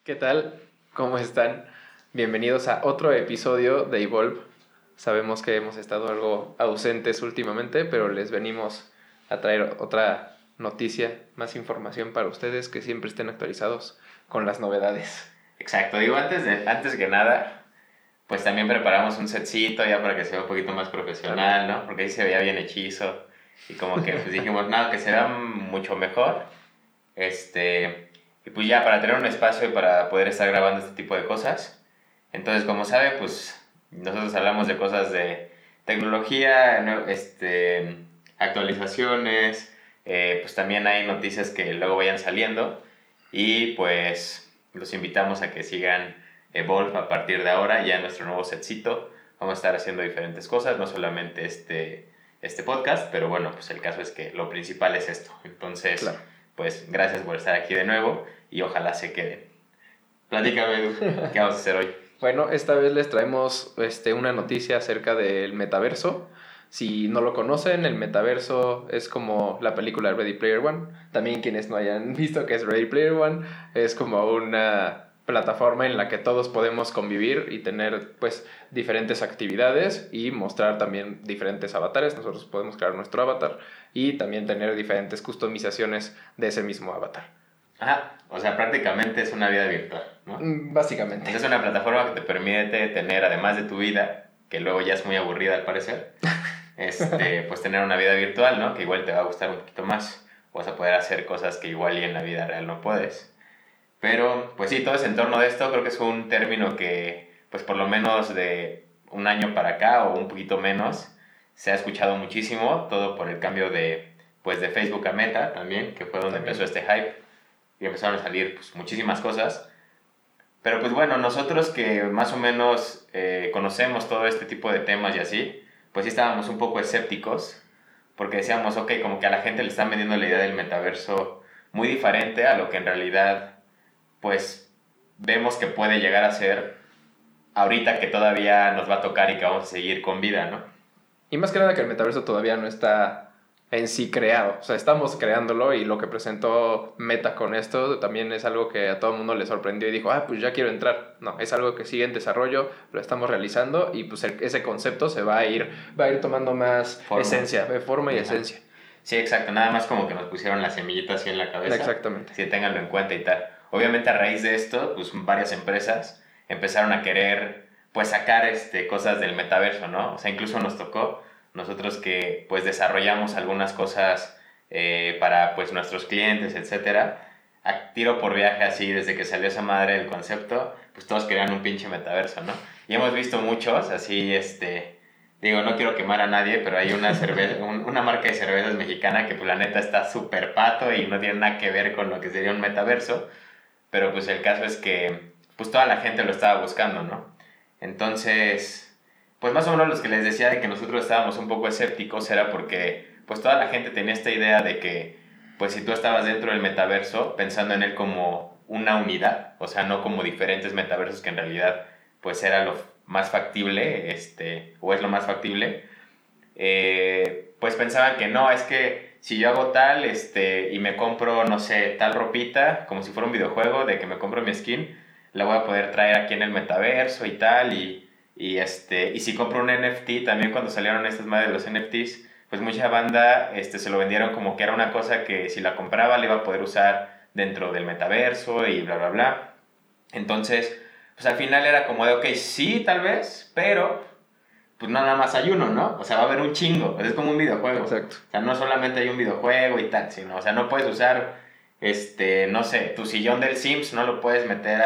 ¿Qué tal? ¿Cómo están? Bienvenidos a otro episodio de Evolve. Sabemos que hemos estado algo ausentes últimamente, pero les venimos a traer otra noticia, más información para ustedes, que siempre estén actualizados con las novedades. Exacto, digo, antes que nada, pues también preparamos un setcito ya para que sea un poquito más profesional, ¿no? Porque ahí se veía bien hechizo y como que pues dijimos, no, que se vea mucho mejor. Y pues ya para tener un espacio y para poder estar grabando este tipo de cosas. Entonces, como sabe, pues nosotros hablamos de cosas de tecnología, ¿no? Actualizaciones, pues también hay noticias que luego vayan saliendo y pues los invitamos a que sigan Evolve a partir de ahora, ya en nuestro nuevo setcito. Vamos a estar haciendo diferentes cosas, no solamente este podcast, pero bueno, pues el caso es que lo principal es esto. Entonces, Claro. pues gracias por estar aquí de nuevo y ojalá se queden. Platícame, Edu, ¿qué vamos a hacer hoy? Bueno, esta vez les traemos una noticia acerca del metaverso. Si no lo conocen, el metaverso es como la película Ready Player One. También quienes no hayan visto que es Ready Player One, es como una plataforma en la que todos podemos convivir y tener pues diferentes actividades y mostrar también diferentes avatares. Nosotros podemos crear nuestro avatar y también tener diferentes customizaciones de ese mismo avatar. Ajá, o sea, prácticamente es una vida virtual, ¿no? Básicamente. Es una plataforma que te permite tener, además de tu vida, que luego ya es muy aburrida al parecer, pues tener una vida virtual, ¿no? Que igual te va a gustar un poquito más. Vas a poder hacer cosas que igual y en la vida real no puedes. Pero, pues sí, todo ese entorno de esto creo que es un término que, pues por lo menos de un año para acá o un poquito menos, se ha escuchado muchísimo, todo por el cambio de Facebook a Meta también, que fue donde empezó este hype y empezaron a salir pues muchísimas cosas. Pero pues bueno, nosotros que más o menos conocemos todo este tipo de temas y así, pues sí estábamos un poco escépticos, porque decíamos, ok, como que a la gente le están vendiendo la idea del metaverso muy diferente a lo que en realidad pues vemos que puede llegar a ser ahorita que todavía nos va a tocar y que vamos a seguir con vida, ¿no? Y más que nada que el metaverso todavía no está en sí creado. O sea, estamos creándolo y lo que presentó Meta con esto también es algo que a todo el mundo le sorprendió y dijo, pues ya quiero entrar. No, es algo que sigue en desarrollo, lo estamos realizando y pues ese concepto va a ir tomando más esencia, forma y esencia. Sí, exacto. Nada más como que nos pusieron la semillita así en la cabeza. Exactamente. Sí, ténganlo en cuenta y tal. Obviamente a raíz de esto, pues varias empresas empezaron a querer pues sacar cosas del metaverso, ¿no? O sea, incluso nos tocó nosotros que pues desarrollamos algunas cosas para pues nuestros clientes, etcétera. A tiro por viaje así, desde que salió esa madre del concepto, pues todos querían un pinche metaverso, ¿no? Y hemos visto muchos así, digo, no quiero quemar a nadie, pero hay una una marca de cervezas mexicana que pues la neta está súper pato y no tiene nada que ver con lo que sería un metaverso, pero pues el caso es que pues toda la gente lo estaba buscando, ¿no? Entonces, pues más o menos los que les decía de que nosotros estábamos un poco escépticos era porque pues toda la gente tenía esta idea de que pues si tú estabas dentro del metaverso pensando en él como una unidad, o sea, no como diferentes metaversos que en realidad pues era lo más factible, o es lo más factible, pues pensaban que no, es que si yo hago tal, y me compro, no sé, tal ropita, como si fuera un videojuego, de que me compro mi skin, la voy a poder traer aquí en el metaverso y tal, y si compro un NFT, también cuando salieron estas madres de los NFTs, pues mucha banda se lo vendieron como que era una cosa que si la compraba le iba a poder usar dentro del metaverso y bla, bla, bla. Entonces, pues al final era como de, ok, sí, tal vez, pero pues no nada más hay uno, ¿no? O sea, va a haber un chingo, es como un videojuego. Exacto. O sea, no solamente hay un videojuego y tal, sino, o sea, no puedes usar, no sé, tu sillón del Sims, no lo puedes meter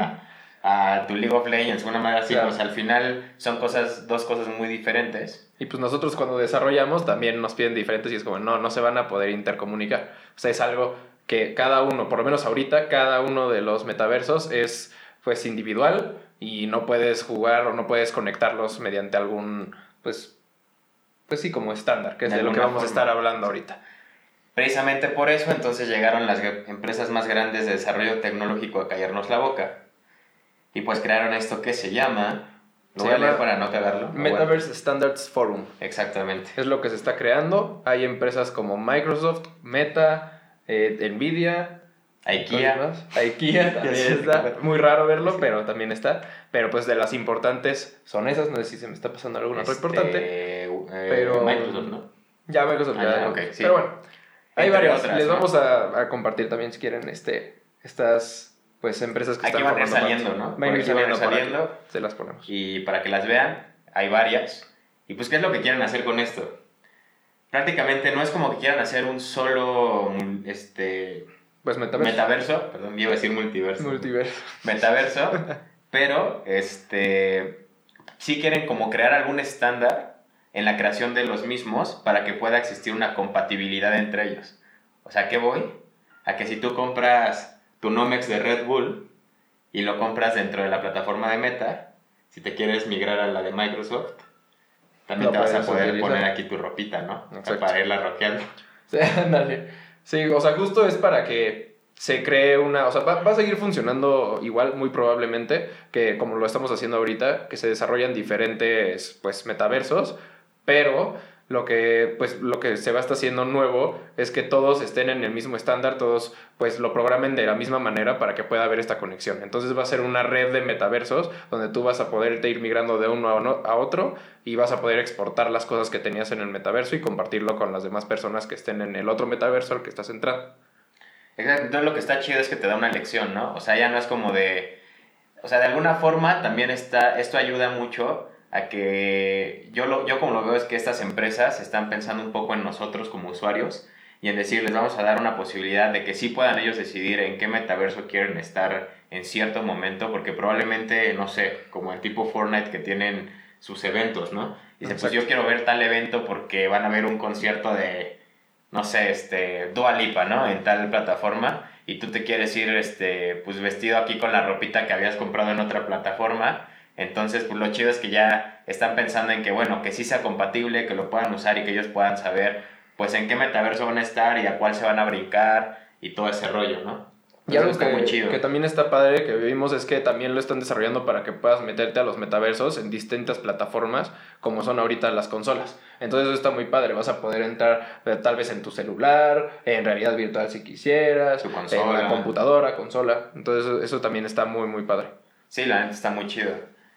a tu League of Legends, una manera así, claro. O sea, al final son dos cosas muy diferentes. Y pues nosotros cuando desarrollamos también nos piden diferentes y es como, no se van a poder intercomunicar. O sea, es algo que cada uno, por lo menos ahorita, cada uno de los metaversos es pues individual y no puedes jugar o no puedes conectarlos mediante algún, pues sí, como estándar, que es de lo que vamos a estar hablando ahorita. Precisamente por eso entonces llegaron las empresas más grandes de desarrollo tecnológico a callarnos la boca y pues crearon esto que se llama... Lo voy a leer para no cagarlo. Metaverse Standards Forum. Exactamente. Es lo que se está creando. Hay empresas como Microsoft, Meta, Nvidia, IKEA. IKEA también está. Muy raro verlo, sí, pero también está. Pero pues de las importantes son esas. No sé si se me está pasando alguna otra importante. Pero Microsoft, ¿no? Ya Microsoft. Ya, okay, sí. Pero bueno, hay varias. Otras, les ¿no? vamos a compartir también si quieren estas pues empresas que aquí están van a ir saliendo, ¿no? Van a ir saliendo. Se las ponemos. Y para que las vean, hay varias. Y pues, ¿qué es lo que quieren hacer con esto? Prácticamente no es como que quieran hacer un solo pues metaverso, perdón, iba a decir multiverso. Metaverso, pero sí quieren como crear algún estándar en la creación de los mismos para que pueda existir una compatibilidad entre ellos. O sea, ¿qué voy? A que si tú compras tu Nomex de Red Bull y lo compras dentro de la plataforma de Meta, si te quieres migrar a la de Microsoft, también te vas a poder poner aquí tu ropita, ¿no? Para irla rockeando. Sí, ándale. Sí, o sea, justo es para que se cree una... O sea, va a seguir funcionando igual, muy probablemente, que como lo estamos haciendo ahorita, que se desarrollan diferentes, pues, metaversos, pero lo que se va a estar haciendo nuevo es que todos estén en el mismo estándar, todos pues lo programen de la misma manera para que pueda haber esta conexión. Entonces va a ser una red de metaversos donde tú vas a poderte ir migrando de uno a otro y vas a poder exportar las cosas que tenías en el metaverso y compartirlo con las demás personas que estén en el otro metaverso al que estás entrando. Exacto, entonces lo que está chido es que te da una elección, ¿no? O sea, ya no es como de... O sea, de alguna forma también esto ayuda mucho a que yo como lo veo es que estas empresas están pensando un poco en nosotros como usuarios y en decirles vamos a dar una posibilidad de que sí puedan ellos decidir en qué metaverso quieren estar en cierto momento, porque probablemente, no sé, como el tipo Fortnite que tienen sus eventos, ¿no? Y dicen, pues yo quiero ver tal evento porque van a ver un concierto de, no sé, Dua Lipa, ¿no? En tal plataforma y tú te quieres ir, pues vestido aquí con la ropita que habías comprado en otra plataforma. Entonces, pues lo chido es que ya están pensando en que, bueno, que sí sea compatible, que lo puedan usar y que ellos puedan saber, pues, en qué metaverso van a estar y a cuál se van a brincar y todo ese rollo, ¿no? Y algo que también está padre que vimos es que también lo están desarrollando para que puedas meterte a los metaversos en distintas plataformas como son ahorita las consolas. Entonces eso está muy padre, vas a poder entrar tal vez en tu celular, en realidad virtual si quisieras, en la computadora, consola. Entonces eso también está muy muy padre. Sí, la neta está muy chido.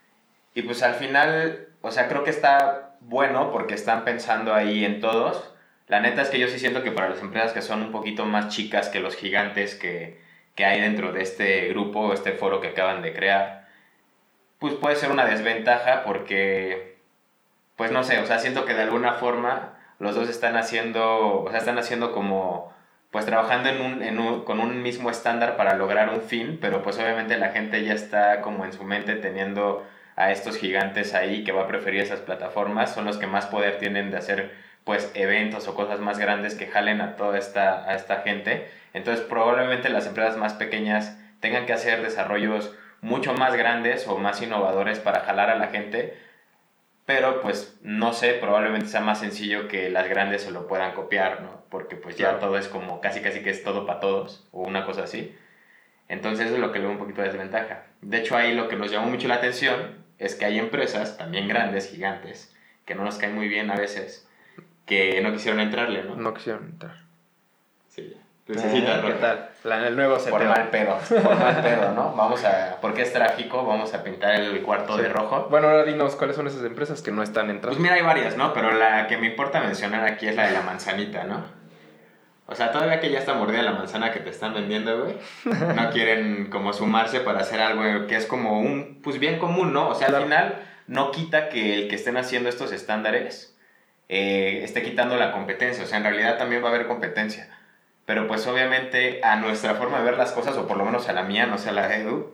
Y pues al final, o sea, creo que está bueno porque están pensando ahí en todos. La neta es que yo sí siento que para las empresas que son un poquito más chicas que los gigantes que hay dentro de este grupo, este foro que acaban de crear, pues puede ser una desventaja porque, pues no sé, o sea, siento que de alguna forma los dos están haciendo como, pues trabajando con un mismo estándar para lograr un fin, pero pues obviamente la gente ya está como en su mente teniendo a estos gigantes ahí que va a preferir esas plataformas, son los que más poder tienen de hacer pues eventos o cosas más grandes que jalen a toda esta gente. Entonces probablemente las empresas más pequeñas tengan que hacer desarrollos mucho más grandes o más innovadores para jalar a la gente, pero pues no sé, probablemente sea más sencillo que las grandes se lo puedan copiar, ¿no? Porque pues ya claro, todo es como casi que es todo para todos o una cosa así. Entonces eso es lo que le da un poquito de desventaja. De hecho ahí lo que nos llamó mucho la atención es que hay empresas, también grandes, gigantes, que no nos caen muy bien a veces, que no quisieron entrarle, ¿no? No quisieron entrar. Sí. ¿Qué tal? El nuevo seteo. Por mal pedo, ¿no? Porque es trágico, vamos a pintar el cuarto de rojo. Bueno, ahora dinos, ¿cuáles son esas empresas que no están entrando? Pues mira, hay varias, ¿no? Pero la que me importa mencionar aquí es la de la manzanita, ¿no? O sea, todavía que ya está mordida la manzana que te están vendiendo, güey, no quieren como sumarse para hacer algo que es como un, pues bien común, ¿no? O sea, claro, al final no quita que el que estén haciendo estos estándares esté quitando la competencia. O sea, en realidad también va a haber competencia. Pero pues obviamente a nuestra forma de ver las cosas, o por lo menos a la mía, no sé a la de Edu,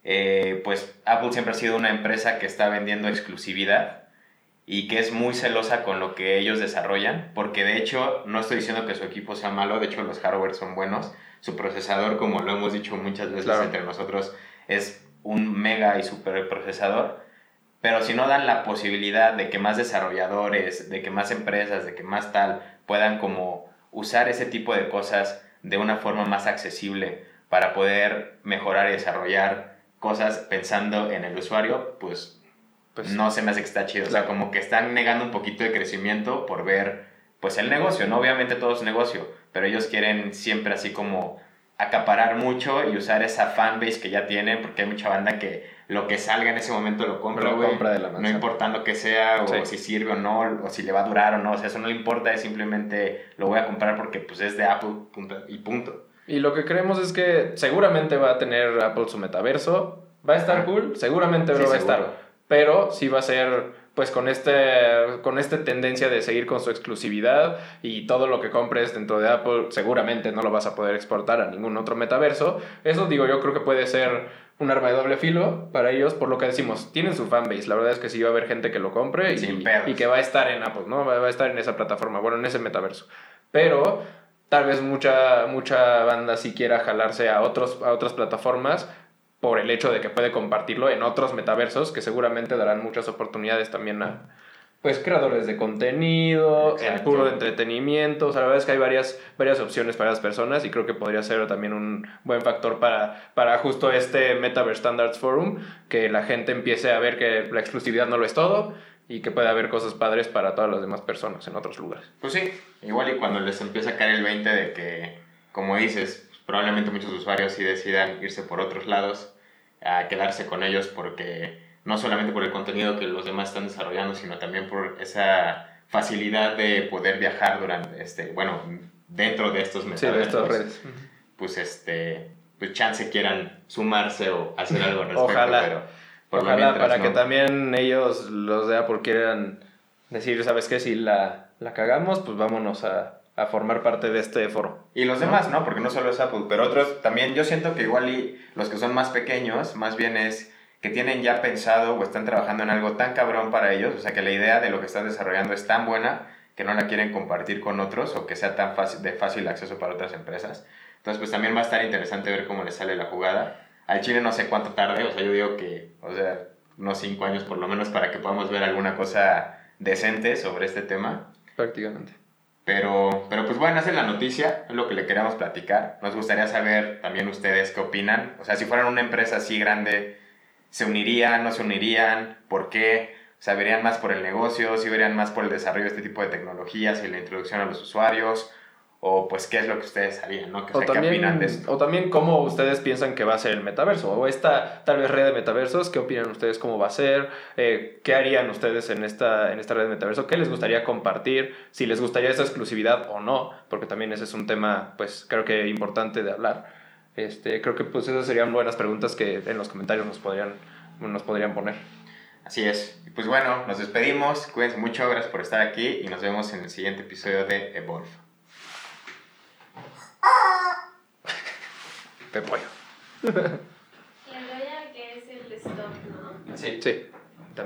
pues Apple siempre ha sido una empresa que está vendiendo exclusividad y que es muy celosa con lo que ellos desarrollan, porque de hecho no estoy diciendo que su equipo sea malo, de hecho los hardware son buenos, su procesador, como lo hemos dicho muchas veces claro, entre nosotros, es un mega y super procesador, pero si no dan la posibilidad de que más desarrolladores, de que más empresas, de que más tal puedan como usar ese tipo de cosas de una forma más accesible para poder mejorar y desarrollar cosas pensando en el usuario, pues no se me hace que está chido. O sea, como que están negando un poquito de crecimiento por ver, pues, el negocio, ¿no? Obviamente todo es negocio, pero ellos quieren siempre así como acaparar mucho y usar esa fanbase que ya tienen, porque hay mucha banda que lo que salga en ese momento lo compra, Lo güey. compra de la manzana. No importando que sea, o Sí. si sirve o no, o si le va a durar o no, o sea, eso no le importa, es simplemente lo voy a comprar porque pues es de Apple, punto, y punto. Y lo que creemos es que seguramente va a tener Apple su metaverso. Va a estar cool, seguramente Sí, va a seguro. estar. Pero sí va a ser pues con esta tendencia de seguir con su exclusividad y todo lo que compres dentro de Apple seguramente no lo vas a poder exportar a ningún otro metaverso. Eso digo, yo creo que puede ser un arma de doble filo para ellos, por lo que decimos, tienen su fanbase. La verdad es que sí va a haber gente que lo compre Sin pedos. y que va a estar en Apple, ¿no? Va a estar en esa plataforma, bueno, en ese metaverso. Pero tal vez mucha banda sí quiera jalarse a otras plataformas por el hecho de que puede compartirlo en otros metaversos que seguramente darán muchas oportunidades también a pues creadores de contenido, el Exacto. puro de entretenimiento. O sea, la verdad es que hay varias opciones para las personas y creo que podría ser también un buen factor para justo este Metaverse Standards Forum, que la gente empiece a ver que la exclusividad no lo es todo y que puede haber cosas padres para todas las demás personas en otros lugares. Pues sí, igual y cuando les empieza a caer el 20 de que, como dices, pues probablemente muchos usuarios sí decidan irse por otros lados, a quedarse con ellos porque no solamente por el contenido que los demás están desarrollando, sino también por esa facilidad de poder viajar dentro de estos Sí, de metaversos. estas redes. Pues chance quieran sumarse o hacer algo al respecto, Ojalá. pero por lo Ojalá mientras, para no. que también ellos, los de Apple, quieran decir, ¿sabes qué? Si la cagamos, pues vámonos a formar parte de este foro. Y los demás, ¿no? Porque no solo es Apple, pero otros también. Yo siento que igual y los que son más pequeños, más bien es que tienen ya pensado o están trabajando en algo tan cabrón para ellos, o sea, que la idea de lo que están desarrollando es tan buena que no la quieren compartir con otros o que sea tan de fácil acceso para otras empresas. Entonces, pues también va a estar interesante ver cómo les sale la jugada. Al Chile no sé cuánto tarde, o sea, yo digo que, o sea, unos 5 años por lo menos para que podamos ver alguna cosa decente sobre este tema. Prácticamente. Pero pues bueno, esa es la noticia, es lo que le queríamos platicar. Nos gustaría saber también ustedes qué opinan. O sea, si fueran una empresa así grande, ¿se unirían, no se unirían? ¿Por qué? O sea, ¿verían más por el negocio? ¿Sí verían más por el desarrollo de este tipo de tecnologías y la introducción a los usuarios? O pues, ¿qué es lo que ustedes harían, no? ¿Qué opinan de esto? O también cómo ustedes piensan que va a ser el metaverso. O esta tal vez red de metaversos, ¿qué opinan ustedes cómo va a ser? ¿Qué harían ustedes en esta red de metaverso? ¿Qué les gustaría compartir? Si les gustaría esa exclusividad o no, porque también ese es un tema, pues, creo que importante de hablar. Creo que pues esas serían buenas preguntas que en los comentarios nos podrían poner. Así es. Y pues bueno, nos despedimos. Cuídense mucho, gracias por estar aquí y nos vemos en el siguiente episodio de Evolve. Pepollo. Y el Royal que es el stop, ¿no? Sí. Sí.